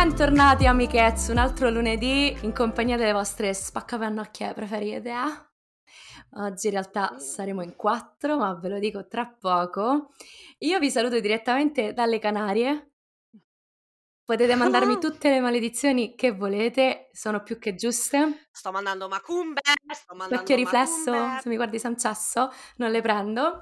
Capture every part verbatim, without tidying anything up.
Bentornati amichezzi, un altro lunedì in compagnia delle vostre spaccapannocchie preferite. Eh? Oggi in realtà saremo in quattro, ma ve lo dico tra poco. Io vi saluto direttamente dalle Canarie. Potete mandarmi tutte le maledizioni che volete, sono più che giuste. Sto mandando macumbe, sto mandando Specchio riflesso, macumbe. se mi guardi Sancesso, non le prendo.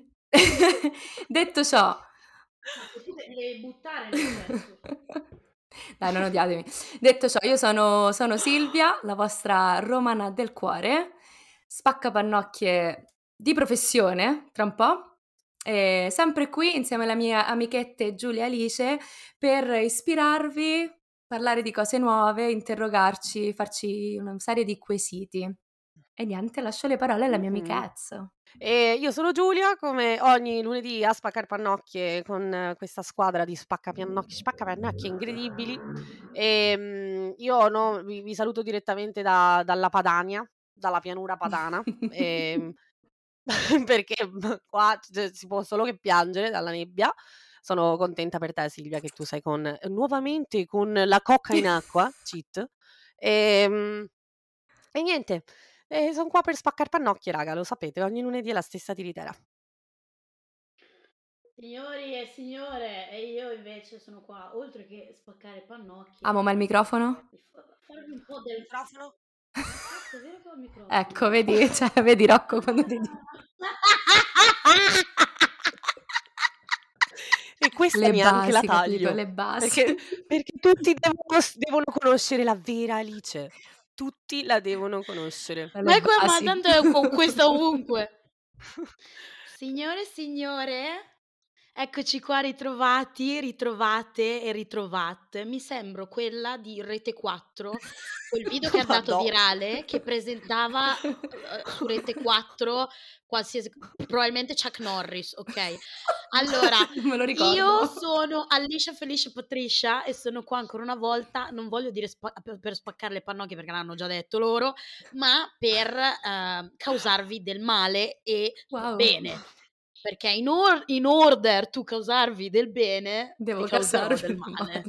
Detto ciò... Le devi buttare nel cesso. Dai, non odiatemi. Detto ciò, io sono, sono Silvia, la vostra romana del cuore, spaccapannocchie di professione, tra un po', e sempre qui insieme alle mie amichette Giulia e Alice per ispirarvi, parlare di cose nuove, interrogarci, farci una serie di quesiti. E niente, lascio le parole alla mia Mhm. amichezza. E io sono Giulia, come ogni lunedì a Spaccarpannocchie con eh, questa squadra di spaccapannocchie, spaccapannocchie incredibili. E, mm, io no, vi, vi saluto direttamente da- dalla Padania, dalla pianura padana, e, perché qua c- si può solo che piangere dalla nebbia. Sono contenta per te, Silvia, che tu sei con eh, nuovamente con la cocca in acqua, cheat. E, mm, e niente. E son qua per spaccar pannocchie, raga, lo sapete, ogni lunedì è la stessa tiritera. Signori e signore, e io invece sono qua, oltre che spaccare pannocchie, Amo, ma il microfono? di fa- farvi un po' del... Microfono? Cazzo, è vero che ho il microfono? Ecco, vedi, cioè, vedi Rocco quando ti dico. E questa Le neanche la basi, capito? taglio, Le basi. perché perché tutti devono s devono conoscere la vera Alice. Tutti la devono conoscere. Le Ma è qua, ma basi. tanto è con questa ovunque. Signore e signore, eccoci qua ritrovati, ritrovate e ritrovate. Mi sembro quella di Rete quattro, quel video che è andato Madò. virale, che presentava eh, su Rete quattro qualsiasi, probabilmente Chuck Norris, ok? Allora, Non me lo ricordo. io sono Alicia Felice Patricia e sono qua ancora una volta, non voglio dire spa- per, per spaccare le pannocchie perché l'hanno già detto loro, ma per eh, causarvi del male e Wow. bene. Perché in, or- in order to causarvi del bene, Devo vi causerò causarvi del del male.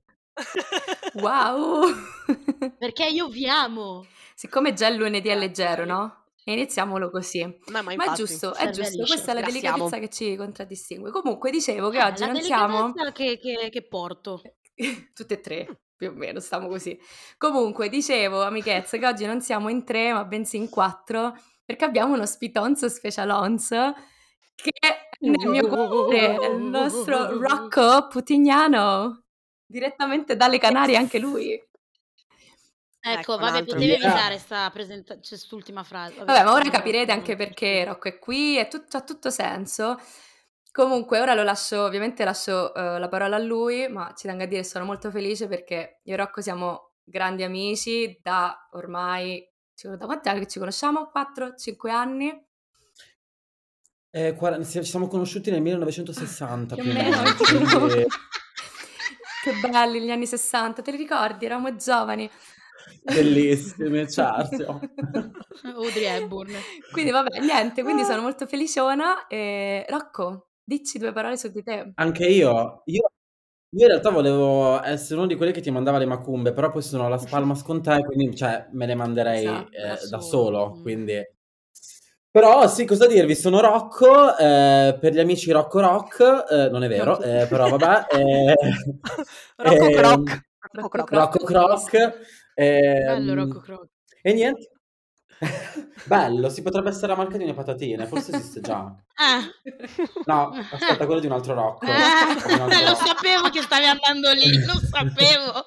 Wow. Perché io vi amo. Siccome già il lunedì è Grazie, leggero, Ali. no? Iniziamo così. No, ma Ma è infatti. giusto, è Serve giusto. Alicia. Questa è la Ringraziamo. delicatezza che ci contraddistingue. Comunque, dicevo che Eh, oggi la non siamo... delicatezza che, che, che porto. Tutte e tre, più o meno, stiamo così. Comunque, dicevo, amichezze, che oggi non siamo in tre, ma bensì in quattro, perché abbiamo uno spitonzo specialonzo che è nel mio cuore, è il nostro Rocco Putignano, direttamente dalle Canarie anche lui. Ecco, Ecco un vabbè, altro. potevi Yeah. evitare sta presenta- cioè, quest'ultima frase. Vabbè, Vabbè, ma ora scusa, capirete Rocco, anche non- perché Rocco è qui, è tut- c'ha tutto senso. Comunque, ora lo lascio, ovviamente lascio eh, la parola a lui, ma ci tengo a dire che sono molto felice perché io e Rocco siamo grandi amici da ormai, ci- da quanti anni che ci conosciamo? quattro cinque anni? Eh, quaranta ci siamo conosciuti nel millenovecentosessanta Più più o o meno, meno, quindi- quindi Che belli gli anni sessanta, te li ricordi? Eravamo giovani. bellissimi, certo. Audrey Hepburn. Quindi vabbè, niente, quindi sono molto feliciona. E... Rocco, dici due parole su di te. Anche io, io, io in realtà volevo essere uno di quelli che ti mandava le macumbe, però poi sono alla Spalmas con te, quindi cioè, me le manderei Esatto, eh, da da solo. solo, Mm. quindi... Però sì, cosa dirvi? Sono Rocco, eh, per gli amici Rocco Rock, eh, non è vero, tutti. eh, però vabbè. eh, Rocco ehm, Croc. Rocco Rocco Croc. Croc. Rocco Croc. Bello ehm, Rocco Croc. E niente. Bello, si potrebbe essere la marca di una patatine, forse esiste già. Ah. No, aspetta, quello di un altro Rocco. Ah, Di un altro lo Rocco. sapevo che stavi andando lì, lo sapevo.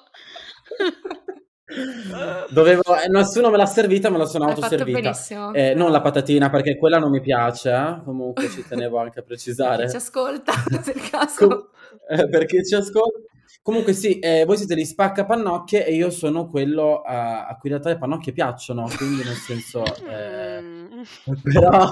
Dovevo, eh, nessuno me l'ha servita, me la sono Hai fatto autoservita. benissimo. Eh, non la patatina, perché quella non mi piace, eh. Comunque ci tenevo anche a Per chi ci precisare. ascolta, per caso. Com- eh, per chi ci ascolta. Comunque sì, eh, voi siete gli spaccapannocchie e io sono quello a, a cui in realtà le pannocchie piacciono, quindi nel senso... eh, Mm. però,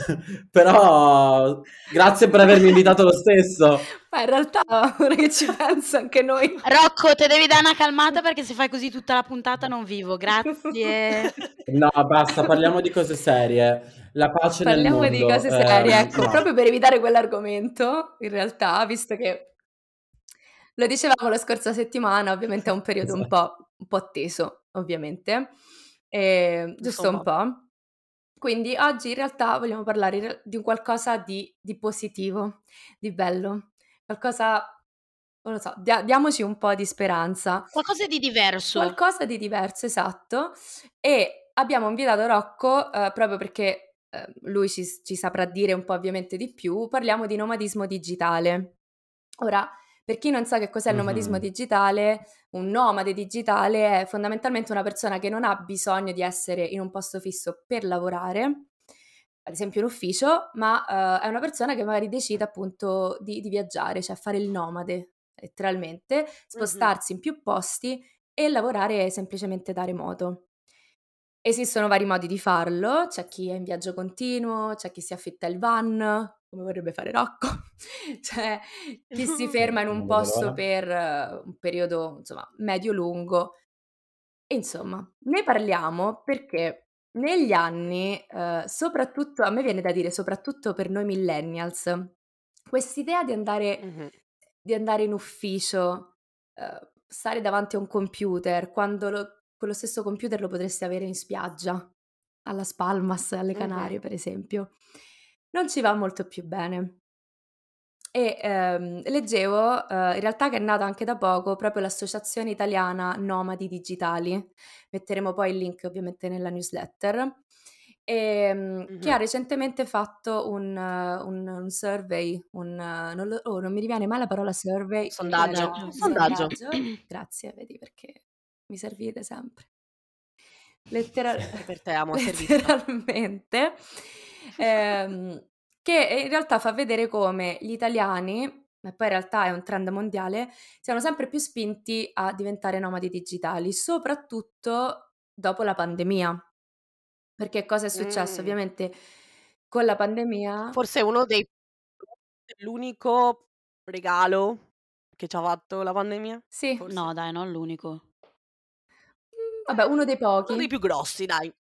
però grazie per avermi invitato lo stesso. Ma in realtà, ora che ci penso, anche noi. Rocco, te devi dare una calmata perché se fai così tutta la puntata non vivo, grazie. No, basta, parliamo di cose serie. La pace nel Parliamo mondo. di cose serie, ehm, ecco, no. proprio per evitare quell'argomento, in realtà, visto che Lo dicevamo la scorsa settimana, ovviamente è un periodo un Esatto. po' un po' teso, ovviamente, ehm, giusto un Insomma. po'. Quindi oggi in realtà vogliamo parlare in re di un qualcosa di di positivo, di bello, qualcosa non lo so, dia diamoci un po' di speranza. Qualcosa di diverso. Qualcosa di diverso, esatto. E abbiamo invitato Rocco, uhm, proprio perché, uhm, lui ci s ci saprà dire un po' ovviamente di più. Parliamo di nomadismo digitale. Ora, per chi non sa che cos'è il nomadismo Mh-mh. digitale, un nomade digitale è fondamentalmente una persona che non ha bisogno di essere in un posto fisso per lavorare, ad esempio in ufficio, ma, uhm, è una persona che magari decide appunto di di viaggiare, cioè fare il nomade, letteralmente, Mh-mh. spostarsi in più posti e lavorare semplicemente da remoto. Esistono vari modi di farlo, c'è chi è in viaggio continuo, c'è chi si affitta il van, come vorrebbe fare Rocco, c'è chi si ferma in un Non vedo posto l'ora. per eh, un periodo, insomma, medio-lungo. E insomma, ne parliamo perché negli anni, uhm, soprattutto a me viene da dire soprattutto per noi millennials, quest'idea di andare Mh-mh. di andare in ufficio, uhm, stare davanti a un computer, quando lo quello stesso computer lo potresti avere in spiaggia, a Las Palmas, alle Mh-mh. Canarie per esempio, non ci va molto più bene. E, ehm, leggevo, uhm, in realtà che è nata anche da poco proprio l'associazione italiana Nomadi Digitali, metteremo poi il link ovviamente nella newsletter, ehm, che Mh-mh. ha recentemente fatto un un un survey, un non lo oh, non mi riviene mai la parola survey, Sondaggio. un Sondaggio. Un sondaggio. sondaggio, grazie, vedi perché mi servite sempre. Letteral Sempre per te, amo servita. letteralmente, ehm, che in realtà fa vedere come gli italiani, e poi in realtà è un trend mondiale, siano sempre più spinti a diventare nomadi digitali, soprattutto dopo la pandemia. Perché cosa è successo? Mh. Ovviamente con la pandemia Forse uno dei l'unico regalo che ci ha fatto la pandemia? sì, Forse. No dai, non l'unico. mhmm, vabbè uno dei Uno dei pochi. più grossi dai.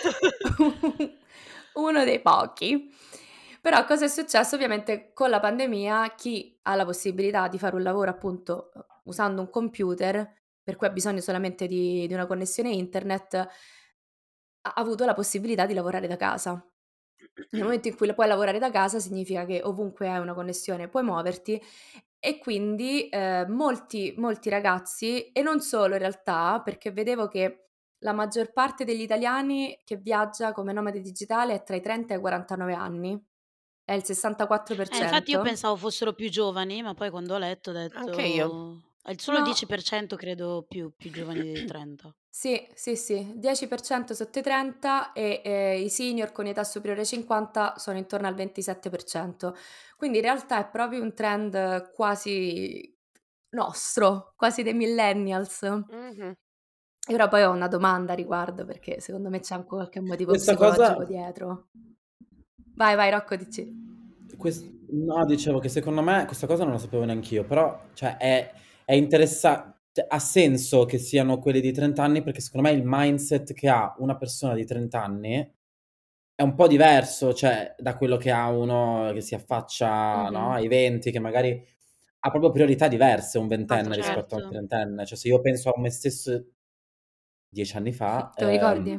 Uno dei pochi. Però cosa è successo? Ovviamente con la pandemia chi ha la possibilità di fare un lavoro appunto, uhm, usando un computer, per cui ha bisogno solamente di di una connessione internet, ha ha avuto la possibilità di lavorare da casa. Nel momento in cui la puoi lavorare da casa significa che ovunque hai una connessione puoi muoverti e quindi, ehm, molti molti ragazzi e non solo in realtà, perché vedevo che la maggior parte degli italiani che viaggia come nomade digitale è tra i trenta e i quarantanove anni, è il Eh, infatti io sessantaquattro per cento. pensavo fossero più giovani, ma poi quando ho letto ho Anche io. detto è solo il No. dieci per cento credo più più giovani dei trenta. Sì, sì, sì, dieci per cento sotto i trenta e, ehm, i senior con età superiore ai cinquanta sono intorno al ventisette per cento. Quindi in realtà è proprio un trend quasi nostro, quasi dei millennials. Mh-mh. E ora poi ho una domanda a riguardo perché secondo me c'è anche qualche motivo Questa cosa psicologico dietro. Vai, vai Rocco, dici. ques no, dicevo che secondo me questa cosa non la sapevo neanch'io, però cioè è è interessa cioè ha senso che siano quelli di trenta anni, perché secondo me il mindset che ha una persona di trenta anni è un po' diverso, cioè, da quello che ha uno che si affaccia, no, Mh-mh. ai venti, che magari ha proprio priorità diverse un Ma ventenne rispetto a un Certo. trentenne. Cioè, se io penso a me stesso dieci anni fa, Te lo ricordi? ehm,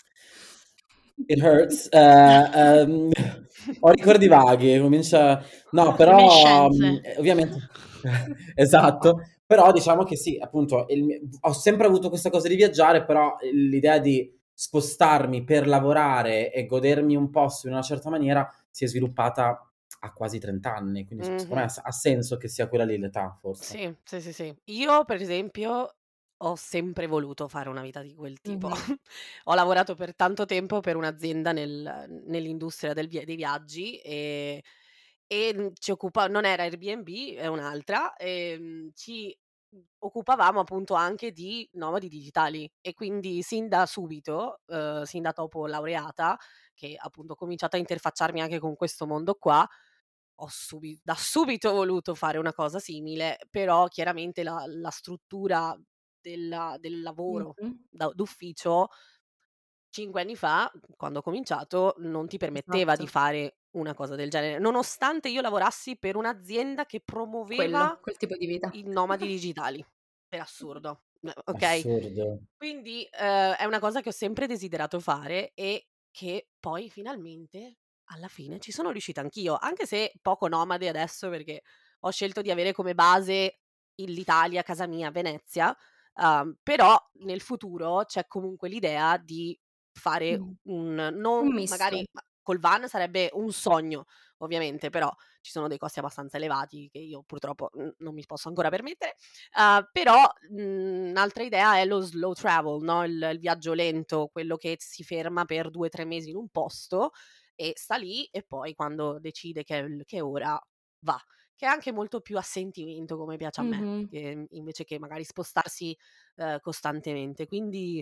it hurts, ehm, ehm, ho ricordi vaghi, comincia no, però, mhmm, Reminiscenze. ehm, ovviamente esatto, però diciamo che sì, appunto, il mi ho sempre avuto questa cosa di viaggiare, però l'idea di spostarmi per lavorare e godermi un posto in una certa maniera si è sviluppata a quasi trenta anni, quindi s secondo me ha Mh-mh. s ha senso che sia quella lì l'età, forse. Sì, sì, sì, sì. Io per esempio ho sempre voluto fare una vita di quel tipo. Mh-mh. Ho lavorato per tanto tempo per un'azienda nel nell'industria del via dei viaggi, ehm, e, mhmm, ci occupa non era Airbnb, è un'altra, ehm, ci, mhmm, occupavamo appunto anche di nomadi digitali e quindi sin da subito, uhm, sin da dopo laureata, che appunto ho cominciato a interfacciarmi anche con questo mondo qua, ho subi da subito voluto fare una cosa simile, però chiaramente la la struttura della del lavoro Mh-mh. da d'ufficio cinque anni fa, quando ho cominciato, non ti permetteva di Esatto. fare una cosa del genere, nonostante io lavorassi per un'azienda che promuoveva Quello, quel tipo di vita. i nomadi digitali, per assurdo, eh, ok? Assurdo. Quindi eh, è una cosa che ho sempre desiderato fare e che poi finalmente alla fine ci sono riuscita anch'io, anche se poco nomade adesso perché ho scelto di avere come base il- l'Italia, casa mia, Venezia, ehm, però nel futuro c'è comunque l'idea di fare Mm. un, Un non misto. magari ma col van sarebbe un sogno, ovviamente, però ci sono dei costi abbastanza elevati che io purtroppo mm, non mi posso ancora permettere. Uh, però mh, un'altra idea è lo slow travel, no? il, il viaggio lento, quello che si ferma per due o tre mesi in un posto e sta lì e poi quando decide che, è- che è ora va, che è anche molto più a sentimento come piace a me, Mhm. che- invece che magari spostarsi eh, costantemente. Quindi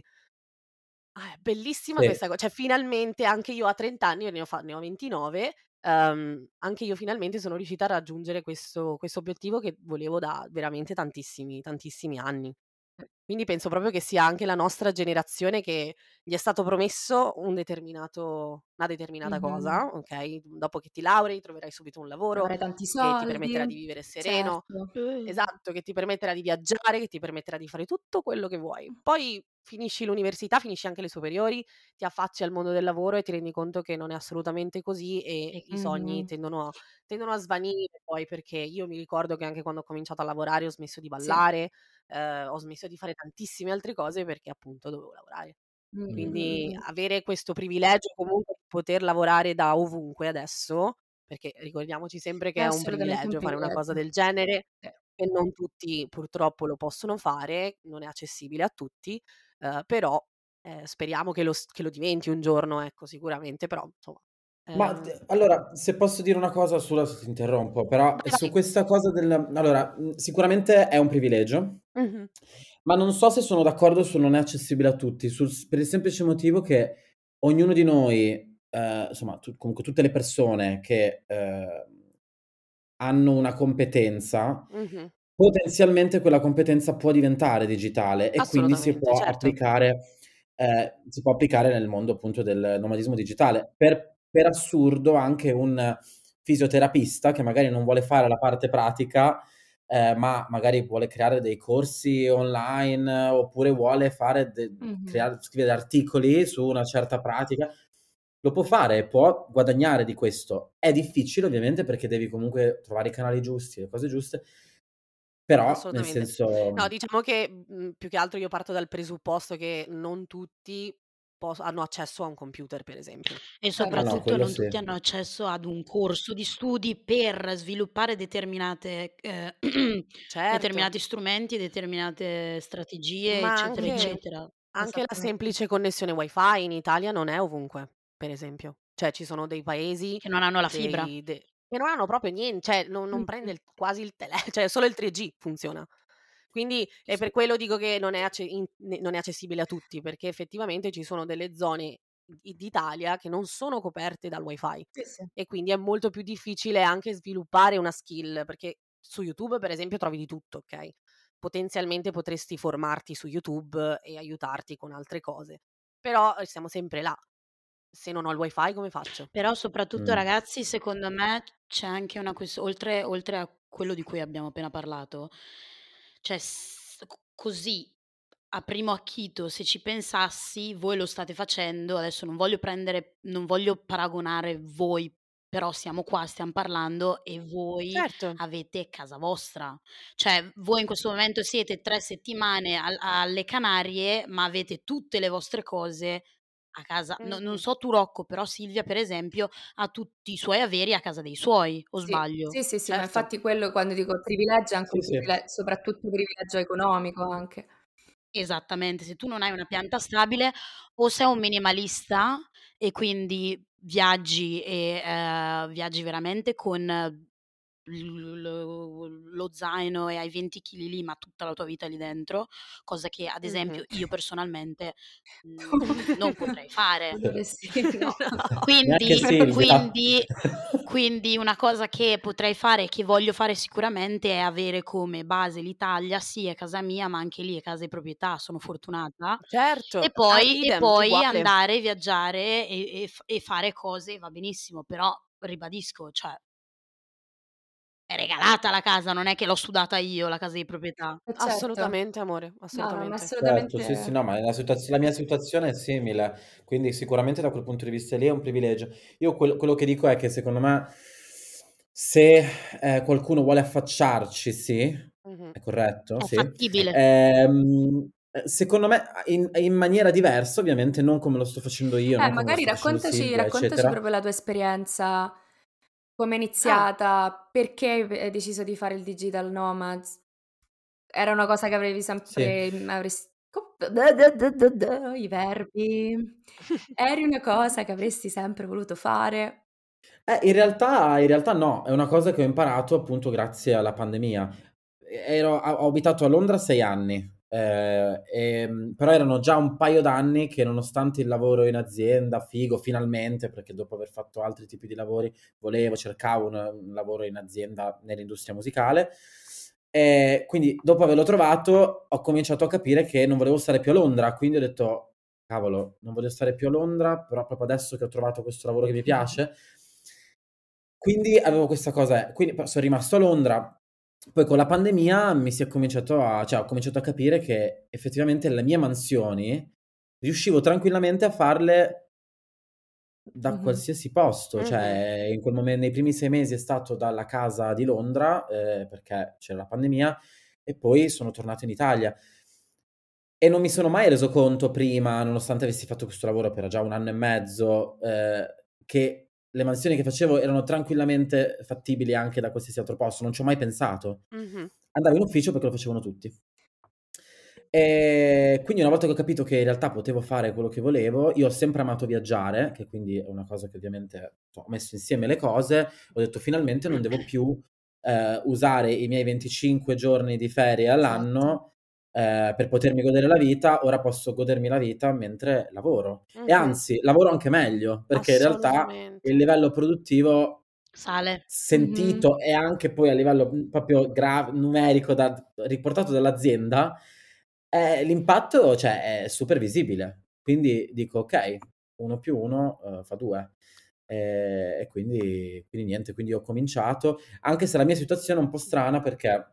ah, è bellissima Sì. questa cosa, cioè finalmente anche io a trenta anni, io ne ho, fa- ne ho ventinove, ehm, anche io finalmente sono riuscita a raggiungere questo, questo obiettivo che volevo da veramente tantissimi, tantissimi anni. Quindi penso proprio che sia anche la nostra generazione che gli è stato promesso un determinato, una determinata Mhm. cosa, ok? Dopo che ti laurei troverai subito un lavoro Avrai tanti che ti permetterà di soldi, vivere sereno, certo. Eh. esatto, che ti permetterà di viaggiare, che ti permetterà di fare tutto quello che vuoi. Poi finisci l'università, finisci anche le superiori, ti affacci al mondo del lavoro e ti rendi conto che non è assolutamente così e E i sogni Mhm. tendono a, tendono a svanire poi perché io mi ricordo che anche quando ho cominciato a lavorare ho smesso di Sì. ballare, eh, ho smesso di fare tantissime altre cose perché appunto dovevo lavorare. Mm, mm, Quindi mm. avere questo privilegio comunque di poter lavorare da ovunque adesso, perché ricordiamoci sempre che È è un assolutamente un privilegio fare una cosa privilegio. del genere Sì. e non tutti purtroppo lo possono fare, non è accessibile a tutti, eh, però eh, speriamo che lo, s- che lo diventi un giorno, ecco, sicuramente, però insomma. Ma ehm, d- allora, se posso dire una cosa, scusa se ti interrompo, però vai, su vai. questa cosa del... Allora, mh, sicuramente è un privilegio, Mhm. ma non so se sono d'accordo su non è accessibile a tutti, sul- per il semplice motivo che ognuno di noi, eh, insomma, tu- comunque tutte le persone che eh, hanno una competenza, Mhm. potenzialmente quella competenza può diventare digitale e quindi si Assolutamente, può certo. applicare, eh, si può applicare nel mondo appunto del nomadismo digitale. Per, per assurdo, anche un fisioterapista che magari non vuole fare la parte pratica, eh, ma magari vuole creare dei corsi online oppure vuole fare de- Mhm. creare, scrivere articoli su una certa pratica. Lo può fare, può guadagnare di questo. È difficile ovviamente perché devi comunque trovare i canali giusti, le cose giuste, però nel Assolutamente. senso... No, diciamo che, mhmm, più che altro io parto dal presupposto che non tutti pos hanno accesso a un computer, per esempio. E Certo. Ah no, soprattutto quello non sì. tutti hanno accesso ad un corso di studi per sviluppare determinate, ehm, Certo, determinati strumenti, determinate strategie, ma eccetera, anche eccetera. anche la Esattamente. semplice connessione wifi in Italia non è ovunque, per esempio. Cioè ci sono dei paesi, Che non hanno la fibra. dei de che non hanno proprio nien cioè non non prende Mhm. il quasi il tele cioè solo il tre G funziona. Quindi è Sì. per quello dico che non è acce in ne non è accessibile a tutti, perché effettivamente ci sono delle zone di d'Italia che non sono coperte dal wifi Sì, sì. e quindi è molto più difficile anche sviluppare una skill, perché su YouTube per esempio trovi di tutto, okay, potenzialmente potresti formarti su YouTube e aiutarti con altre cose, però, uhm, siamo sempre là. Se non ho il wifi come faccio? Però soprattutto Mm. ragazzi, secondo me c'è anche una ques oltre oltre a quello di cui abbiamo appena parlato, cioè s c così a primo acchito, se ci pensassi, voi lo state facendo, adesso non voglio prendere non voglio paragonare voi, però siamo qua, stiam parlando e voi Certo. avete casa vostra. Cioè, voi in questo momento siete tre settimane al alle Canarie, ma avete tutte le vostre cose a casa. No, non Mh-mh. so tu Rocco, però Silvia per esempio ha tutti i suoi averi a casa dei suoi, o Sì, sbaglio? sì, sì, sì, ma Certo. infatti quello quando dico privilegio è anche Sì, un sì. privile soprattutto privilegio economico anche. Esattamente, se tu non hai una pianta stabile o sei un minimalista e quindi viaggi e, ehm, viaggi veramente con l lo lo zaino e hai venti chili lì, ma tutta la tua vita lì dentro, cosa che ad Mh-mh. esempio io personalmente, mhmm, non potrei fare. Quello che sì, no. No. Neanche Quindi Silvia. quindi quindi una cosa che potrei fare e che voglio fare sicuramente è avere come base l'Italia, sì è casa mia, ma anche lì è casa di proprietà, sono fortunata. E Certo, ah, poi e idem, poi uguale. andare, viaggiare e e f e fare cose va benissimo, però ribadisco, cioè è regalata la casa, non è che l'ho sudata io la casa di proprietà. Eh certo. Assolutamente amore, No, no, ma assolutamente. Certo, sì, sì, assolutamente no, ma la situaz la mia situazione è simile, quindi sicuramente da quel punto di vista lì è un privilegio. Io quello quello che dico è che secondo me se, ehm, qualcuno vuole affacciarci, sì, Mh-mh. è corretto? È Sì. fattibile. Ehm, ehm, secondo me a in in maniera diversa, ovviamente, non come lo sto facendo io, Eh, non come lo magari sta facendo raccontaci Silvia, raccontaci eccetera. proprio la tua esperienza, come è Ah. iniziata, perché hai hai deciso di fare il digital nomads. Era una cosa che avevi Sì. sempre mhmm, avres co da da da da da i verbi. Eri una cosa che avresti sempre voluto fare? Eh, in realtà in realtà no, è una cosa che ho imparato appunto grazie alla pandemia. E ero a ho abitato a Londra sei anni, ehm, ehm, però erano già un paio d'anni che nonostante il lavoro in azienda, figo finalmente, perché dopo aver fatto altri tipi di lavori volevo, cercavo un un lavoro in azienda nell'industria musicale. Ehm, quindi dopo averlo trovato ho cominciato a capire che non volevo stare più a Londra, quindi ho detto: "Cavolo, non voglio stare più a Londra, però proprio adesso che ho trovato questo lavoro che mi piace". Quindi avevo questa cosa, eh, quindi poi son rimasto a Londra. Poi con la pandemia mi si è cominciato a cioè ho cominciato a capire che effettivamente le mie mansioni riuscivo tranquillamente a farle da Mh-mh. qualsiasi posto, Mh-mh. cioè in quel momen nei primi sei mesi è stato dalla casa di Londra, ehm, perché c'era la pandemia, e poi sono tornato in Italia. E non mi sono mai reso conto prima, nonostante avessi fatto questo lavoro per già un anno e mezzo, ehm, che le mansioni che facevo erano tranquillamente fattibili anche da qualsiasi altro posto, non ci ho mai pensato. Mh-mh. Andavo in ufficio perché lo facevano tutti. Ehm, quindi una volta che ho capito che in realtà potevo fare quello che volevo, io ho sempre amato viaggiare, che quindi è una cosa che ovviamente ho messo insieme le cose, ho detto: "Finalmente non devo più, ehm, usare i miei venticinque giorni di ferie Esatto. all'anno, ehm, per potermi godere la vita, ora posso godermi la vita mentre lavoro". E Mh-mh. anzi, lavoro anche meglio, perché in realtà il Assolutamente. livello produttivo Sale. Mh-mh. sentito e anche poi a livello, mhmm, proprio gra numerico da riportato dall'azienda, eh, l'impatto cioè è super visibile. Quindi dico: "Okay, uno più uno, uhm, fa due". Ehm, e quindi quindi niente, quindi ho cominciato, anche se la mia situazione è un po' strana perché,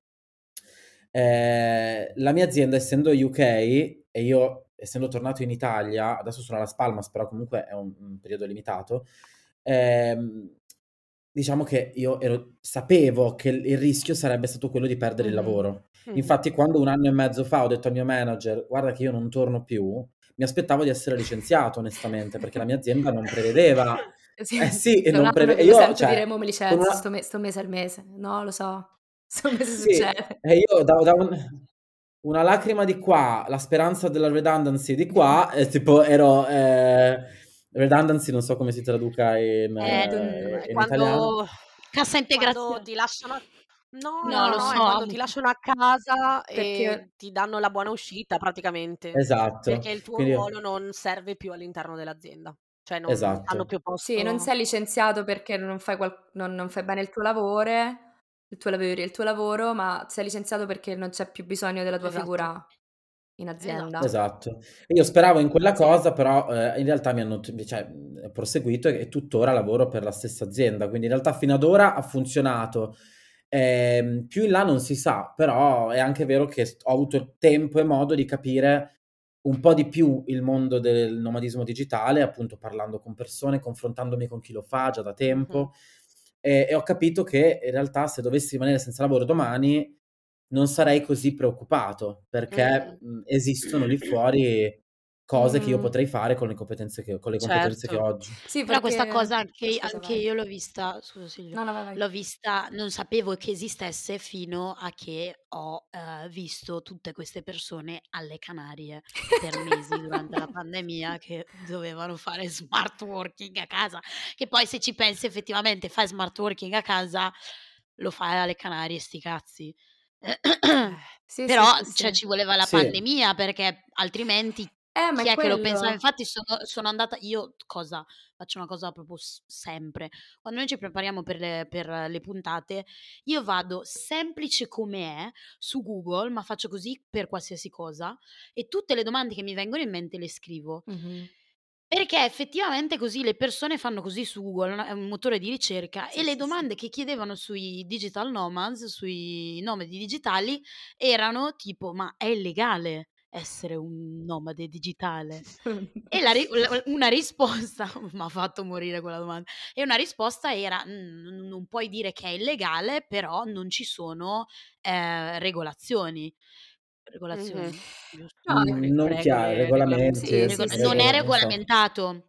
ehm, la mia azienda essendo U K e io essendo tornato in Italia, adesso sono a Las Palmas, però comunque è un un periodo limitato, ehm, diciamo che io ero sapevo che il il rischio sarebbe stato quello di perdere il Mh-mh. lavoro. Mh-mh. Infatti quando un anno e mezzo fa ho detto al mio manager: "Guarda che io non torno più", mi aspettavo di essere licenziato onestamente, perché la mia azienda non prevedeva Sì, eh sì, e da un non anno preve che e lo io sento cioè dire: "Mo' mi con licenzio, una sto me sto mese è il mese". No, lo so, sto mese sì, succede. e io da da un una lacrima di qua, la speranza della redundancy di qua, e tipo ero ehm, redundancy non so come si traduca in Eh, Redon È in italiano. quando cassa quando integrazione. ti lasciano a no, No, no, lo no, No, è quando so. ti lasciano a casa e perché ti danno la buona uscita praticamente, Esatto. perché il tuo Quindi io ruolo non serve più all'interno dell'azienda, cioè non non t'hanno esatto. più sì, non posto sei licenziato perché non fai qual non non fai bene il tuo lavore il tuo lavoro il tuo lavoro, ma sei licenziato perché non c'è più bisogno della tua esatto, figura in esatto. azienda. Esatto. E io speravo in quella Sì. cosa, però, ehm, in realtà mi hanno t cioè, mhmm, proseguito e tuttora lavoro per la stessa azienda, quindi in realtà fino ad ora ha funzionato. Ehm, più in là non si sa, però è anche vero che st ho avuto tempo e modo di capire un po' di più il mondo del nomadismo digitale, appunto parlando con persone, confrontandomi con chi lo fa già da Mh-mh. tempo, e e ho capito che in realtà se dovessi rimanere senza lavoro domani non sarei così preoccupato, Mh-mh. perché, mhmm, esistono lì fuori cose che io Mh, potrei fare con le competenze che con le competenze che Certo. ho oggi. sì, Però questa perché cosa ah, anche scusa, anche vai. io l'ho vista scusa Silvia, No, no, vai, vai. l'ho vista non sapevo che esistesse fino a che ho, ehm, visto tutte queste persone alle Canarie per mesi durante la pandemia che dovevano fare smart working a casa, che poi se ci pensi effettivamente fai smart working a casa, lo fai alle Canarie, sti cazzi. Eh. Sì, Però, sì, sì, cioè, sì. ci voleva la Sì, pandemia perché altrimenti Eh, ma chi è è che lo pensava? quello. Infatti sono sono andata io cosa faccio una cosa proprio s sempre. Quando noi ci prepariamo per le per le puntate, io vado semplice com'è su Google, ma faccio così per qualsiasi cosa, e tutte le domande che mi vengono in mente le scrivo. Mh-mh. Perché effettivamente così le persone fanno così su Google, no, è un motore di ricerca, Sì, e le sì, sì. domande che chiedevano sui digital nomads, sui nomadi digitali, erano tipo: "Ma è illegale essere un nomade digitale?" E la ri la una risposta m'ha fatto morire quella domanda. E una risposta era: "Mhmm, non puoi dire che è illegale, però non ci sono, ehm, regolazioni." Mh-mh. Regolazioni? Giusto? No, No, ehm re Non chiaro, regole regolamenti, sì, regolamenti. sì, Regola non sì. è rego non so. regolamentato.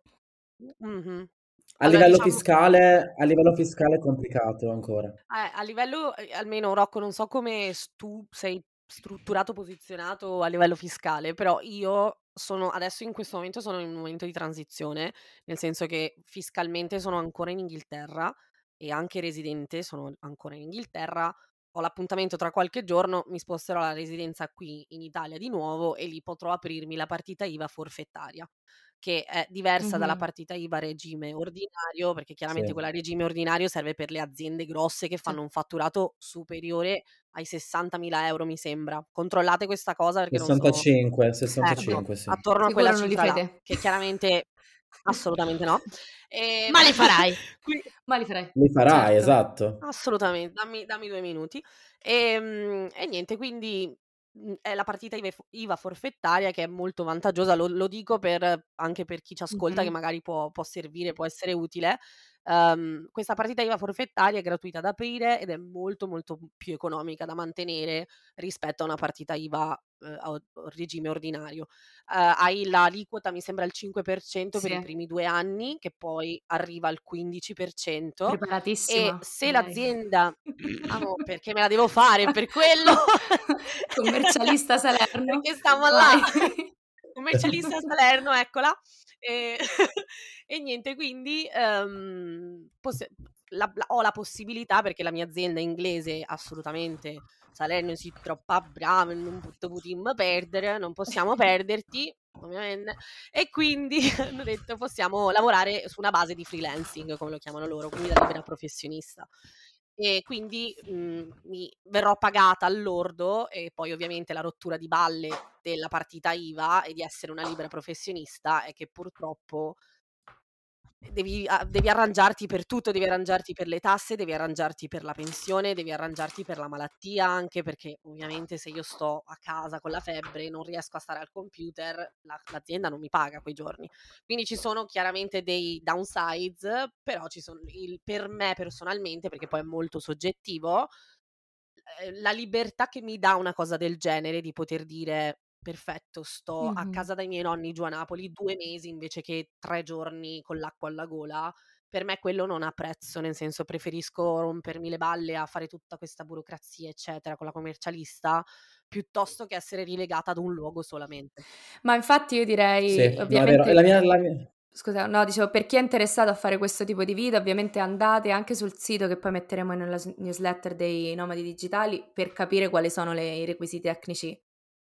Mh-mh. A Allora livello diciamo fiscale a livello fiscale è complicato ancora. Eh, a livello ehm, almeno Rocco, non so come s tu sei strutturato, posizionato a livello fiscale, però io sono adesso in questo momento sono in un momento di transizione, nel senso che fiscalmente sono ancora in Inghilterra e anche residente sono ancora in Inghilterra. Ho l'appuntamento tra qualche giorno, mi sposterò alla residenza qui in Italia di nuovo e lì potrò aprirmi la partita I V A forfettaria, che è diversa dalla Mh-mh. partita I V A a regime ordinario, perché chiaramente Sì. quella a regime ordinario serve per le aziende grosse che Sì. fanno un fatturato superiore ai sessantamila euro mi sembra. Controllate questa cosa perché non sono sessantacinque, ecco, sessantacinque, sì. attorno a quella Sicuro non li cifra fai là, te. che chiaramente assolutamente no. Ehm, Ma li farai. qui Ma li farai. Li farai, Certo. esatto. assolutamen dammi dammi due minuti. Ehm, e niente, quindi, mhmm, è la partita I V A f I V A forfettaria che è molto vantaggiosa, lo lo dico per anche per chi ci ascolta che Mh-mh. magari può può servire, può essere utile. Uhm, questa partita I V A forfettaria è gratuita da aprire ed è molto, molto più economica da mantenere rispetto a una partita I V A, uhm, a o regime ordinario. Uhm, hai l'aliquota mi sembra il cinque per cento per i Sì. primi due anni, che poi arriva al quindici per cento e Preparatissima se lei. l'azienda ah no, perché me la devo fare, per quello. Commercialista Salerno, Perché stiamo là. vai. Commercialista Salerno, eccola. E e niente, quindi, ehm, poss la la ho la possibilità, perché la mia azienda inglese assolutamente Salerno si troppa brava e non p- potimm perdere, non possiamo perderti, ovviamente. E quindi hanno detto possiamo lavorare su una base di freelancing, come lo chiamano loro, quindi da libera professionista. E quindi, mhmm, mi verrò pagata al lordo e poi ovviamente la rottura di balle della partita I V A e di essere una libera professionista è che purtroppo devi a devi arrangiarti per tutto, devi arrangiarti per le tasse, devi arrangiarti per la pensione, devi arrangiarti per la malattia, anche perché ovviamente se io sto a casa con la febbre e non riesco a stare al computer, la l'azienda non mi paga quei giorni. Quindi ci sono chiaramente dei downsides, però ci son il per me personalmente, perché poi è molto soggettivo, ehm, la libertà che mi dà una cosa del genere, di poter dire: "Perfetto, sto a Mh-mh. casa dai miei nonni giù a Napoli due mesi invece che tre giorni con l'acqua alla gola", per me quello non ha prezzo, nel senso preferisco rompermi le balle a fare tutta questa burocrazia, eccetera, con la commercialista, piuttosto che essere rilegata ad un luogo solamente. Ma infatti io direi Sì, no è vero. E ovviamente la mia la mia scusa, no, dicevo per chi è interessato a fare questo tipo di video, ovviamente andate anche sul sito che poi metteremo nella s newsletter dei nomadi digitali per capire quali sono le i requisiti tecnici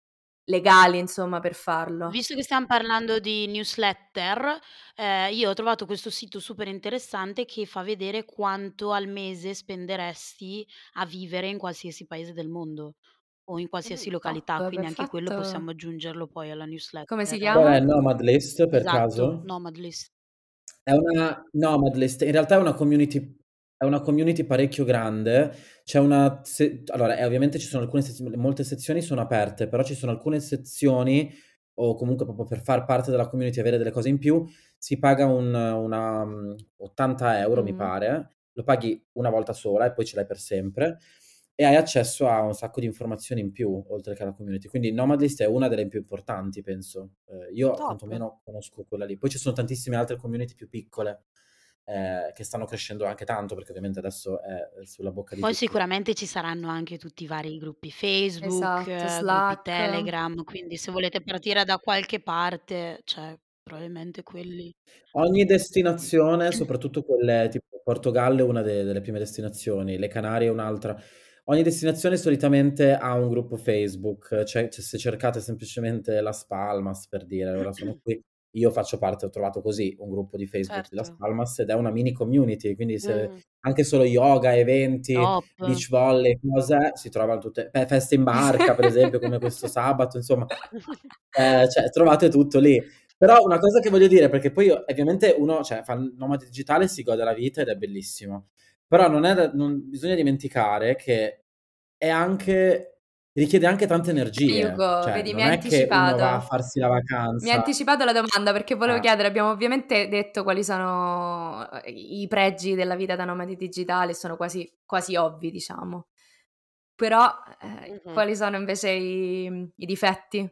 legali, insomma, per farlo. Visto che stiam parlando di newsletter, ehm, io ho trovato questo sito super interessante che fa vedere quanto al mese spenderesti a vivere in qualsiasi paese del mondo o in qualsiasi Mh. Top, località, quindi anche quello possiamo perfetto. aggiungerlo poi alla Come si newsletter. Qual è chiama? Nomad List per Esatto, caso? Nomad List. È una Nomad List, in realtà è una community è una community parecchio grande. C'è una se allora, eh, ovviamente ci sono alcune sezio molte sezioni sono aperte, però ci sono alcune sezioni, o comunque proprio per far parte della community e avere delle cose in più, si paga un una mhmm, ottanta euro mi Mh-mh. pare, lo paghi una volta sola e poi ce l'hai per sempre, e hai accesso a un sacco di informazioni in più, oltre che alla community. Quindi Nomad List è una delle più importanti penso. Ehm, io Top. quantomeno conosco quella lì. Poi ci sono tantissime altre community più piccole, ehm, che stanno crescendo anche tanto, perché ovviamente adesso è è sulla bocca di Poi tutti. sicuramente ci saranno anche tutti i vari gruppi Facebook, Esatto, gruppi Slack. Telegram, quindi se volete partire da qualche parte, cioè probabilmente quelli Ogni destinazione, soprattutto quelle tipo Portogallo è una de delle prime destinazioni, le Canarie è un'altra. Ogni destinazione solitamente ha un gruppo Facebook, cioè cioè se cercate semplicemente Las Palmas, per dire, ora sono qui, io faccio parte ho trovato così un gruppo di Facebook di Las Certo. Palmas ed è una mini community, quindi se Mh. anche solo yoga, eventi, Top. beach volley, cose, si trova tutte fe feste in barca per esempio, come questo sabato, insomma, ehm, cioè trovate tutto lì. Però una cosa che voglio dire, perché poi ovviamente uno, cioè, fa il nomade digitale, si gode la vita ed è bellissimo. Però non è da- non bisogna dimenticare che è anche, richiede anche tante energie. Hugo, Cioè, vedi, mi non hai è che uno va a anticipato. farsi la Mi hai vacanza. anticipato la domanda perché volevo Eh. chiedere, abbiamo ovviamente detto quali sono eh, i pregi della vita da nomadi digitali, sono quasi, quasi ovvi, diciamo. Però eh, Mhm. quali sono invece i, i difetti?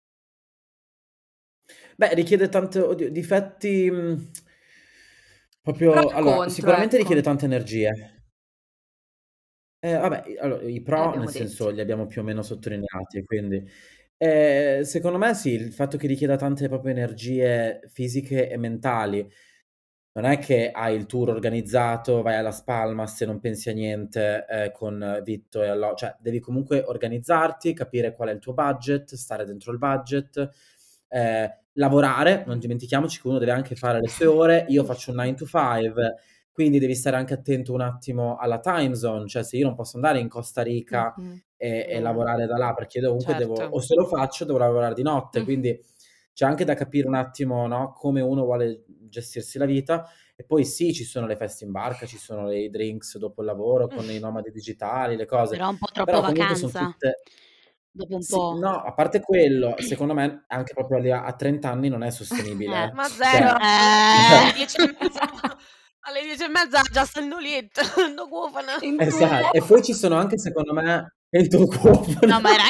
Beh, richiede tante oddio, difetti mh, Pro proprio, e allora, contro, sicuramente ecco. richiede tante energie. Eh, vabbè, i allora, i Li pro, abbiamo nel senso, detti. li abbiamo più o meno sottolineati, quindi ehm, secondo me sì, il fatto che richieda tante proprio energie fisiche e mentali. Non è che hai il tour organizzato, vai a Las Palmas e non pensi a niente, ehm, con vitto e allo cioè devi comunque organizzarti, capire qual è il tuo budget, stare dentro il budget, ehm, lavorare, non Mm. dimentichiamoci che uno deve anche fare le sue ore. Io faccio un nine to five, quindi devi stare anche attento un attimo alla time zone, cioè se io non posso andare in Costa Rica Mhm. e e Mm. lavorare da là, perché io comunque devo Certo. o se lo faccio dovrò lavorare di notte, Mm. quindi c'è anche da capire un attimo, no, come uno vuole gestirsi la vita. E poi sì, ci sono le feste in barca, ci sono i drinks dopo il lavoro con i nomadi digitali, le cose, Però un po' troppo però comunque son vacanza. tutte Dopo un sì, po'. no, a parte quello, secondo me anche proprio lì a a trenta anni non è sostenibile, Eh. eh. Ma Cioè zero, alle Eh. dieci e mezza alle dieci e mezza già stanno lì, no cufana. In Esatto, tubo. e poi ci sono anche secondo me il tuo No, ma era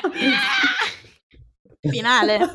finale.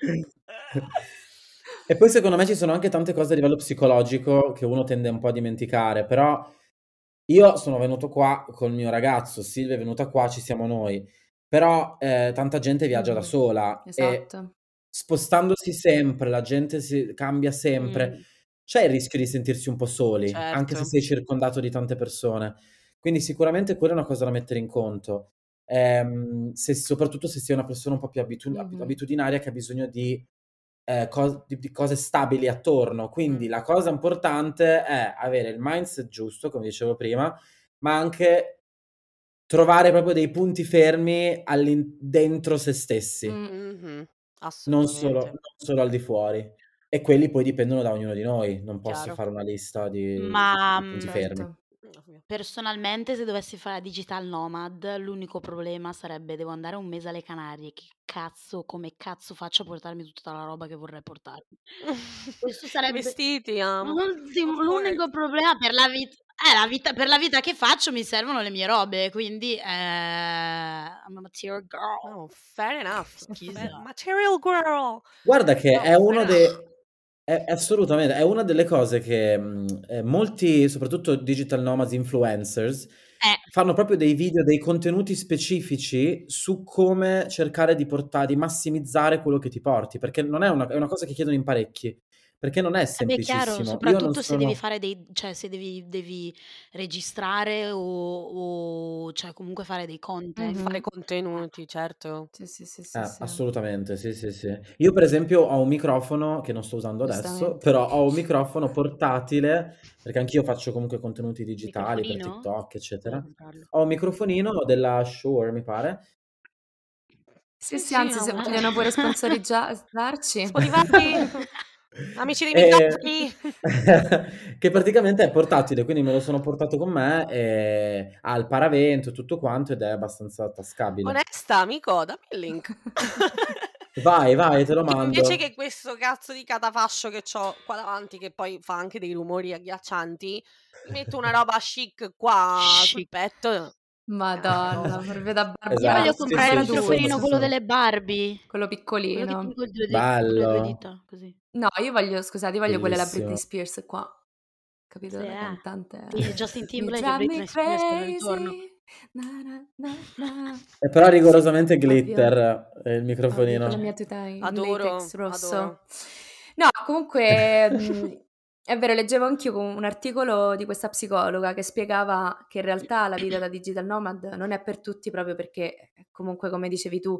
E poi secondo me ci sono anche tante cose a livello psicologico che uno tende un po' a dimenticare, però io sono venuto qua col mio ragazzo, Silvia è venuta qua, ci siamo noi, però eh, tanta gente viaggia da Mhm. sola e Esatto. spostandosi sempre, la gente si cambia sempre, Mm. c'è il rischio di sentirsi un po' soli, anche se Certo. sei circondato di tante persone. Quindi sicuramente quella è una cosa da mettere in conto. Ehm, se- soprattutto se sei una persona un po' più abitu- Mhm. abitudinaria che ha bisogno di, eh, cos- di- di cose stabili attorno. Quindi Mm. la cosa importante è avere il mindset giusto, come dicevo prima, ma anche trovare proprio dei punti fermi all'in- dentro se stessi, Mm. Mhm. non solo, Assolutamente. non solo al di fuori. E quelli poi dipendono da ognuno di noi. Non posso Chiaro. fare una lista di, Ma di punti mm, fermi. Certo. personalmente, se dovessi fare digital nomad, l'unico problema sarebbe devo andare un mese alle Canarie. Che cazzo, come cazzo faccio a portarmi tutta la roba che vorrei portarmi? Questo sarebbe Vestiti, amo. l'ultimo- Of course. l'unico problema per la vita. Eh, la vita, per la vita che faccio mi servono le mie robe, quindi eh, I'm a material girl. Oh, fair enough. Schisa. Fa- material girl. Guarda che No, è fair uno enough. dei... È, è assolutamente, è una delle cose che mh, eh, molti, soprattutto digital nomads influencers, Eh, fanno proprio dei video, dei contenuti specifici su come cercare di portare, di massimizzare quello che ti porti, perché non è una, è una cosa che chiedono in parecchi, perché non è eh beh, chiaro, semplicissimo. Io non soprattutto se devi sono... fare dei, cioè se devi, devi registrare o, o, cioè comunque fare dei content. Mhm. Fare contenuti, certo. Sì, sì, sì, sì, Eh, sì. assolutamente, sì, sì, sì. Io per esempio ho un microfono che non sto usando adesso, Giustamente. però ho un microfono portatile, perché anch'io faccio comunque contenuti digitali per Microfonino? TikTok, Devo eccetera. comprarlo. Ho un microfonino della Shure, mi pare. Sì, Sì, sì, sì, anzi, se amo. vogliono pure sponsorizzarci. Spotify, amici dei E- microfoni. che praticamente è portatile, quindi me lo sono portato con me e ha il paravento e tutto quanto ed è abbastanza tascabile. Onesta, amico, dammi il link. Vai, vai, te lo Che invece mando. che questo cazzo di catafascio che ho qua davanti, che poi fa anche dei rumori agghiaccianti, mi metto una roba chic qua sul Chic. petto. Madonna, Cosa? proprio da Io Barbie voglio Esatto, sì, comprare il sì, ci sono, microfonino, ci Girls, quello sono. delle Barbie. quello Quello che piccolino. tieni con due, de- con le due Bello, dita, così. No, io voglio, scusate, io voglio quella della Britney bellissimo. Spears qua, capito? Sì, La eh. cantante. Di Justin Mi Timberlake e drive me Britney Spears per il ritorno. crazy. Na, na, na, na. E però rigorosamente Ovvio, glitter eh, il ovvio, con la microfonino. mia tuta in Adoro, latex rosso. adoro. No, comunque, mh, è vero, leggevo anch'io con un articolo di questa psicologa che spiegava che in realtà la vita da digital nomad non è per tutti proprio perché, comunque, come dicevi tu,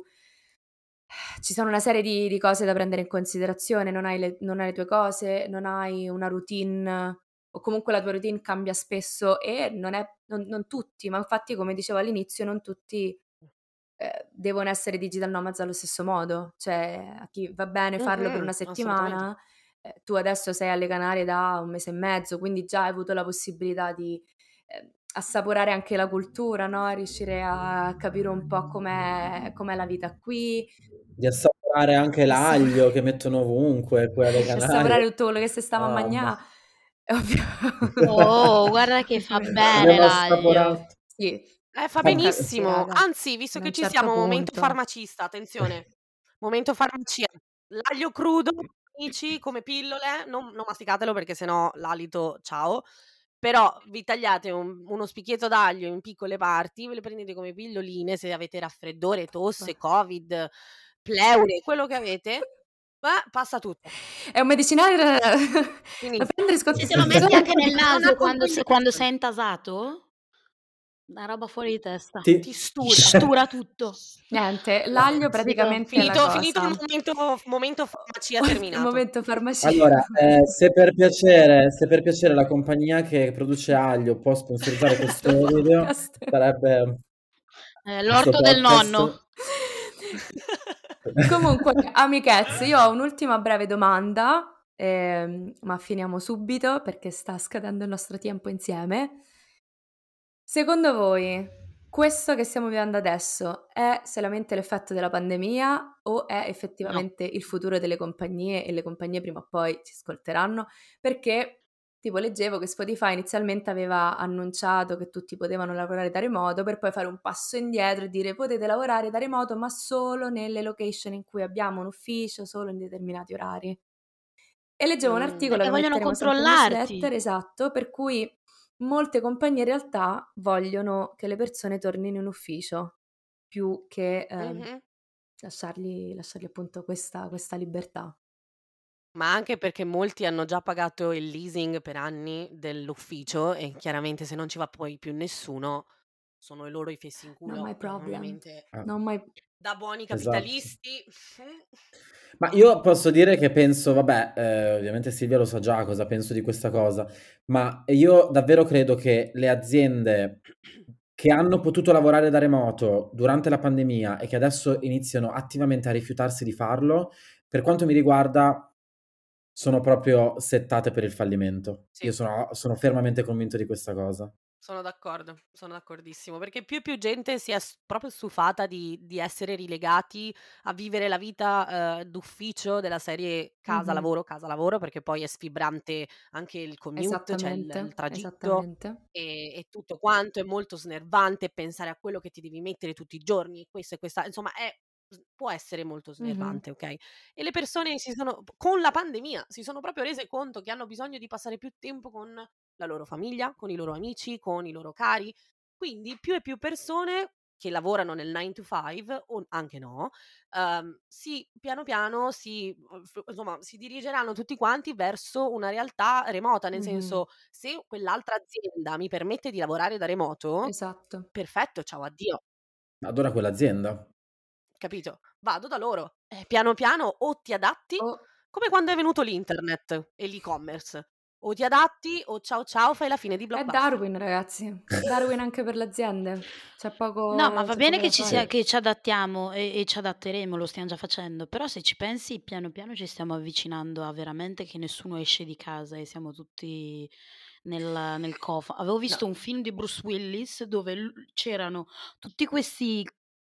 ci sono una serie di, di cose da prendere in considerazione, non hai, le, non hai le tue cose, non hai una routine o comunque la tua routine cambia spesso e non è non, non tutti, ma infatti come dicevo all'inizio non tutti eh, devono essere digital nomads allo stesso modo, cioè a chi va bene farlo per Mhm, una assolutamente. settimana, eh, tu adesso sei alle Canarie da un mese e mezzo, quindi già hai avuto la possibilità di eh, assaporare anche la cultura, no? Riuscire a capire un po' com'è, com'è la vita qui, Di assaporare anche assaporare, l'aglio che mettono ovunque qui alle Canarie. assaporare tutto quello che si stava a Mamma. mangiare. È ovvio. Oh, guarda che fa Ovviamente. bene Abbiamo l'aglio. assaporato. Sì, Eh, fa per Anche- capirsi, benissimo. raga, Anzi, visto fino a che un ci certo siamo, momento punto. farmacista, attenzione. Momento farmacia. L'aglio crudo, amici, come pillole, non, non masticatelo perché sennò l'alito, ciao. Però vi tagliate un- uno spicchietto d'aglio in piccole parti, ve le prendete come pilloline se avete raffreddore, tosse, covid, pleure, quello che avete, ma passa tutto. È un medicinale da, da Finito. prendere scott- Se te lo metti anche nel Non ha naso quando, se- controindicazioni. quando sei intasato, una roba fuori di testa. Ti- Ti Ti stura. stura tutto. Niente, l'aglio praticamente è la Finito, finito il cosa. momento, momento farmacia Il terminato. momento farmacia. Allora, eh, se per piacere, se per piacere la compagnia che produce aglio può sponsorizzare questo Questo video, podcast. sarebbe Eh, questo l'orto del podcast. nonno. Comunque, amichezze, io ho un'ultima breve domanda, ehm, ma finiamo subito perché sta scadendo il nostro tempo insieme. Secondo voi, questo che stiamo vivendo adesso è solamente l'effetto della pandemia o è effettivamente il futuro delle compagnie e le compagnie prima o poi ci ascolteranno? Perché, tipo, leggevo che Spotify inizialmente aveva annunciato che tutti potevano lavorare da remoto per poi fare un passo indietro e dire potete lavorare da remoto ma solo nelle location in cui abbiamo un ufficio, solo in determinati orari. E leggevo un Mm. articolo, Perché lo vogliono metteremo sempre in controllarti. newsletter, esatto, per cui molte compagnie in realtà vogliono che le persone tornino in ufficio più che ehm, Mhm. lasciargli, lasciargli appunto questa, questa libertà. Ma anche perché molti hanno già pagato il leasing per anni dell'ufficio e chiaramente se non ci va poi più nessuno, sono i loro i fessi in Non culo. my e problem. Ovviamente Ah, Non my... da buoni esatto. capitalisti. Ma io posso dire che penso, vabbè, eh, ovviamente Silvia lo sa già cosa penso di questa cosa, ma io davvero credo che le aziende che hanno potuto lavorare da remoto durante la pandemia e che adesso iniziano attivamente a rifiutarsi di farlo, per quanto mi riguarda, sono proprio settate per il fallimento. Sì. Io sono, sono fermamente convinto di questa cosa. Sono d'accordo, sono d'accordissimo, perché più e più gente si è s- proprio stufata di, di essere rilegati a vivere la vita eh, d'ufficio della serie Mhm. casa-lavoro, casa-lavoro, perché poi è sfibrante anche il commute, cioè il, il Esattamente, tragitto esattamente. e, e tutto quanto, è molto snervante pensare a quello che ti devi mettere tutti i giorni, questo e questa, insomma è, può essere molto Mhm. snervante, ok? E le persone si sono, con la pandemia, si sono proprio rese conto che hanno bisogno di passare più tempo con la loro famiglia, con i loro amici, con i loro cari. Quindi più e più persone che lavorano nel nine to five o anche no, ehm, si piano piano si, insomma, si dirigeranno tutti quanti verso una realtà remota, nel Mhm. senso se quell'altra azienda mi permette di lavorare da remoto, Esatto. perfetto, ciao, addio. Adora quell'azienda. Capito? Vado da loro. Eh, piano piano o ti adatti, O come quando è venuto l'internet e l'e-commerce. O ti adatti o ciao ciao fai la fine di è Blockbuster. Darwin, ragazzi. Darwin anche per le aziende. C'è poco, No, ma va c'è bene poco che da ci, fare. sia, che ci adattiamo e, e ci adatteremo, lo stiamo già facendo, però se ci pensi piano piano ci stiamo avvicinando a veramente che nessuno esce di casa e siamo tutti nel, nel cofano. Avevo visto No. un film di Bruce Willis dove l- c'erano tutti questi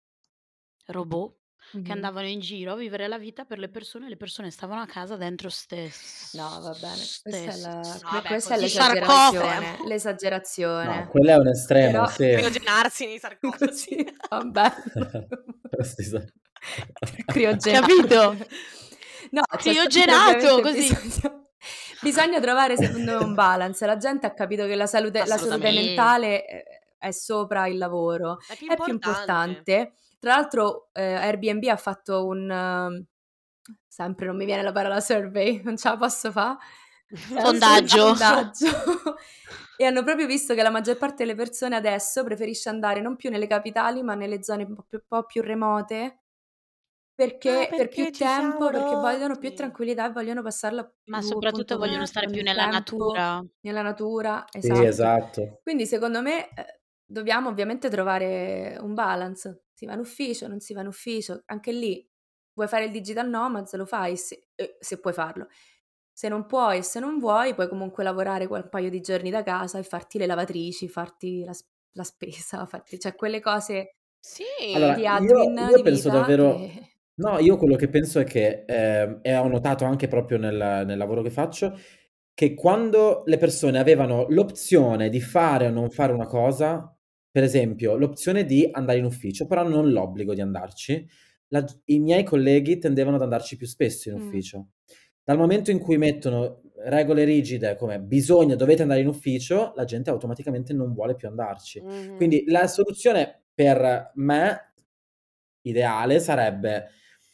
robot che Mhm. andavano in giro a vivere la vita per le persone e le persone stavano a casa dentro ste... No, va bene. Questa è, ste- la, No, que- vabbè, questa è così l'esagerazione. estremo. L'esagerazione. No, quello è un estremo, Però sì. Criogenarsi nei sarcofagi. così va bello. Questi so- Criogenato. Capito? No, c'è sempre Criogenato, ovviamente così. bisogno, bisogna trovare secondo me un balance. La gente ha capito che la salute, la salute Assolutamente. mentale eh, è sopra il lavoro, È più è più importante. importante. Tra l'altro eh, Airbnb ha fatto un... eh, sempre non mi viene la parola survey, non ce la posso fare. Sondaggio. sondaggio. E hanno proprio visto che la maggior parte delle persone adesso preferisce andare non più nelle capitali, ma nelle zone un po' più, un po' più remote, perché, Ah, per più perché ci siamo tempo, perché vogliono più rotti. tranquillità e vogliono passarla Ma più soprattutto appunto vogliono con, stare con più il nella tempo, natura. nella natura, Sì, esatto. esatto. Quindi secondo me eh, dobbiamo ovviamente trovare un balance, Si va in ufficio, non si va in ufficio, anche lì vuoi fare il digital nomad, lo fai se, eh, se puoi farlo. Se non puoi e se non vuoi, puoi comunque lavorare un paio di giorni da casa e farti le lavatrici, farti la, la spesa, farti, cioè quelle cose Sì. Allora, di admin io, io di penso vita davvero... che... No, io quello che penso è che, eh, e ho notato anche proprio nel, nel lavoro che faccio, che quando le persone avevano l'opzione di fare o non fare una cosa, per esempio l'opzione di andare in ufficio, però non l'obbligo di andarci, la- i miei colleghi tendevano ad andarci più spesso in Mm. ufficio. Dal momento in cui mettono regole rigide come bisogna, dovete andare in ufficio, la gente automaticamente non vuole più andarci. Mhm. Quindi la soluzione per me ideale sarebbe: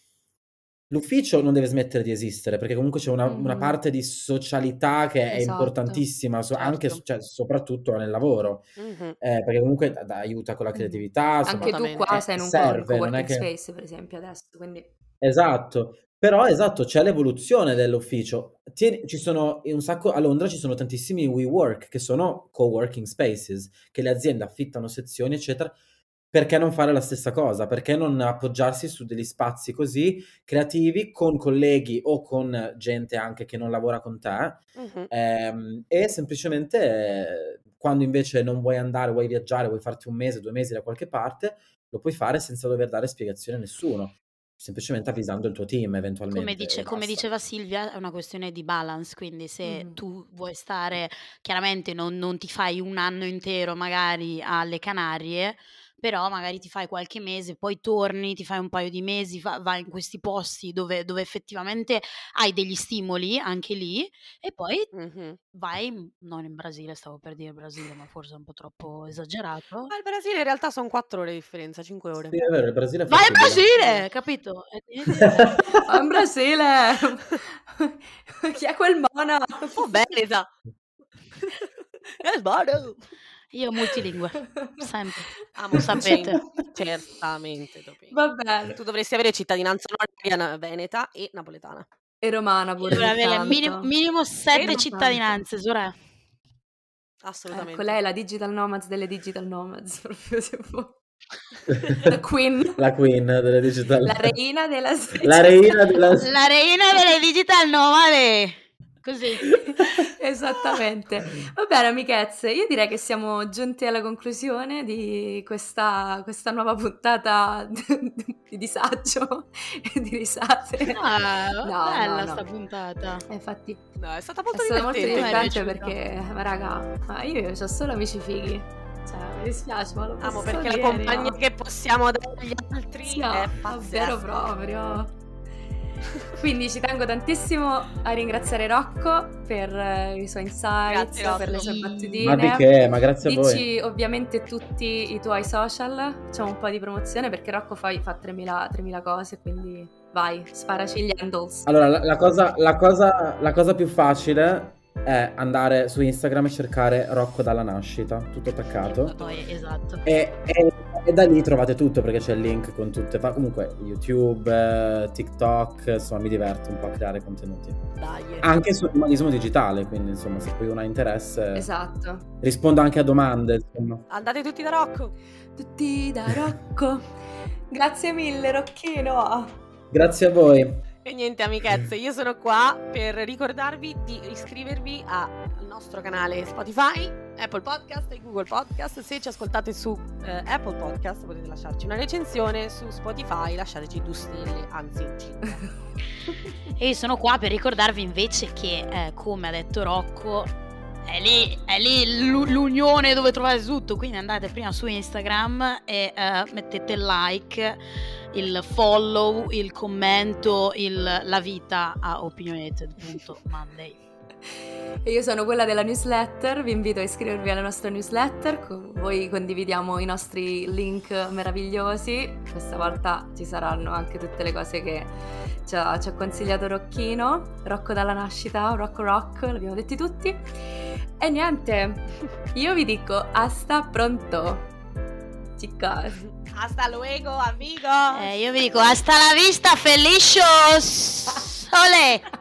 l'ufficio non deve smettere di esistere, perché comunque c'è una, una Mhm. parte di socialità che è Esatto. importantissima, so- anche Certo. cioè, soprattutto nel lavoro, Mhm. eh, perché comunque da- da- aiuta con la Mhm. creatività, insomma, Anche tu Assolutamente. qua eh, sei in un, co- serve, un non è coworking che... space, per esempio, adesso, quindi... Esatto, però esatto, c'è l'evoluzione dell'ufficio. Tieni- ci sono un sacco, a Londra ci sono tantissimi WeWork, che sono coworking spaces, che le aziende affittano sezioni, eccetera. Perché non fare la stessa cosa? Perché non appoggiarsi su degli spazi così creativi con colleghi o con gente anche che non lavora con te, Mhm. ehm, e semplicemente eh, quando invece non vuoi andare, vuoi viaggiare, vuoi farti un mese, due mesi da qualche parte, lo puoi fare senza dover dare spiegazioni a nessuno, semplicemente avvisando il tuo team eventualmente. Come, dice- e come basta. diceva Silvia, è una questione di balance, quindi se Mhm. tu vuoi stare, chiaramente non, non ti fai un anno intero magari alle Canarie, però magari ti fai qualche mese, poi torni, ti fai un paio di mesi, va- vai in questi posti dove, dove effettivamente hai degli stimoli anche lì, e poi Mhm. vai, in- non in Brasile, stavo per dire Brasile, ma forse è un po' troppo esagerato. Ma il Brasile in realtà sono quattro ore di differenza, cinque ore. Sì, è vero, il Brasile è Vai in fattibile. Brasile, capito? E niente, Ma in Brasile! Chi è quel mono? Oh, Beneta! È buono! io multilingue, sempre, Amo lo sapete. sapete. Certamente, Topini. Va bene. Tu dovresti avere cittadinanza onoraria veneta e napoletana. E romana Io pure dovrei ogni avere minimo, tanto. minimo sette Ogni cittadinanze, Sora. Assolutamente. Ecco, lei è la digital nomads delle digital nomads, proprio se vuoi. La queen. La queen delle digital. La reina della La reina della... La reina delle digital nomade. Così. Esattamente. Va bene, amichezze, io direi che siamo giunti alla conclusione di questa, questa nuova puntata di disagio e di risate. Ah, No, bella no, no. sta puntata. Eh, Infatti No, è stata è molto stato molto divertente. Mi è divertente piaciuta. perché, ma raga, ma io ho solo amici fighi. Cioè, mi dispiace, ma lo Amo posso perché la dire, compagnia no? che possiamo dare agli altri Sì, è no, pazzesca. davvero proprio. Quindi ci tengo tantissimo a ringraziare Rocco per eh, i suoi insights, Grazie, per le Rocco. sue Sì. battutine. Ma di che? Ma grazie a voi. Dici ovviamente tutti i tuoi social, facciamo un po' di promozione perché Rocco fa, fa tremila, tremila cose, quindi vai, sparaci gli handles. Allora, la, la cosa, la, cosa, la cosa più facile è andare su Instagram e cercare Rocco dalla nascita, tutto attaccato. Poi, esatto. E, e- e da lì trovate tutto perché c'è il link con tutte. fa- Comunque, YouTube, eh, TikTok, insomma, mi diverto un po' a creare contenuti. Dai. Anche sul umanismo digitale, quindi insomma, se poi uno ha interesse, Esatto. rispondo anche a domande. Insomma. Andate tutti da Rocco. Tutti da Rocco. Grazie mille, Rocchino. Grazie a voi. E niente amichezze, io sono qua per ricordarvi di iscrivervi al nostro canale Spotify, Apple Podcast e Google Podcast. Se ci ascoltate su eh, Apple Podcast potete lasciarci una recensione, su Spotify lasciateci due stelle, anzi cinque. E io sono qua per ricordarvi invece che, eh, come ha detto Rocco, è lì, è lì l'u- l'unione dove trovate tutto, quindi andate prima su Instagram e eh, mettete il like, il follow, il commento, il, la vita a opinionated punto monday. E io sono quella della newsletter, vi invito a iscrivervi alla nostra newsletter, con voi condividiamo i nostri link meravigliosi, questa volta ci saranno anche tutte le cose che ci ha, ci ha consigliato Rocchino, Rocco dalla nascita, Rocco Rock, l'abbiamo detti tutti. E niente, io vi dico hasta pronto, chicas. Hasta luego amigo. Eh, io vi dico hasta la vista, felicios! Olè!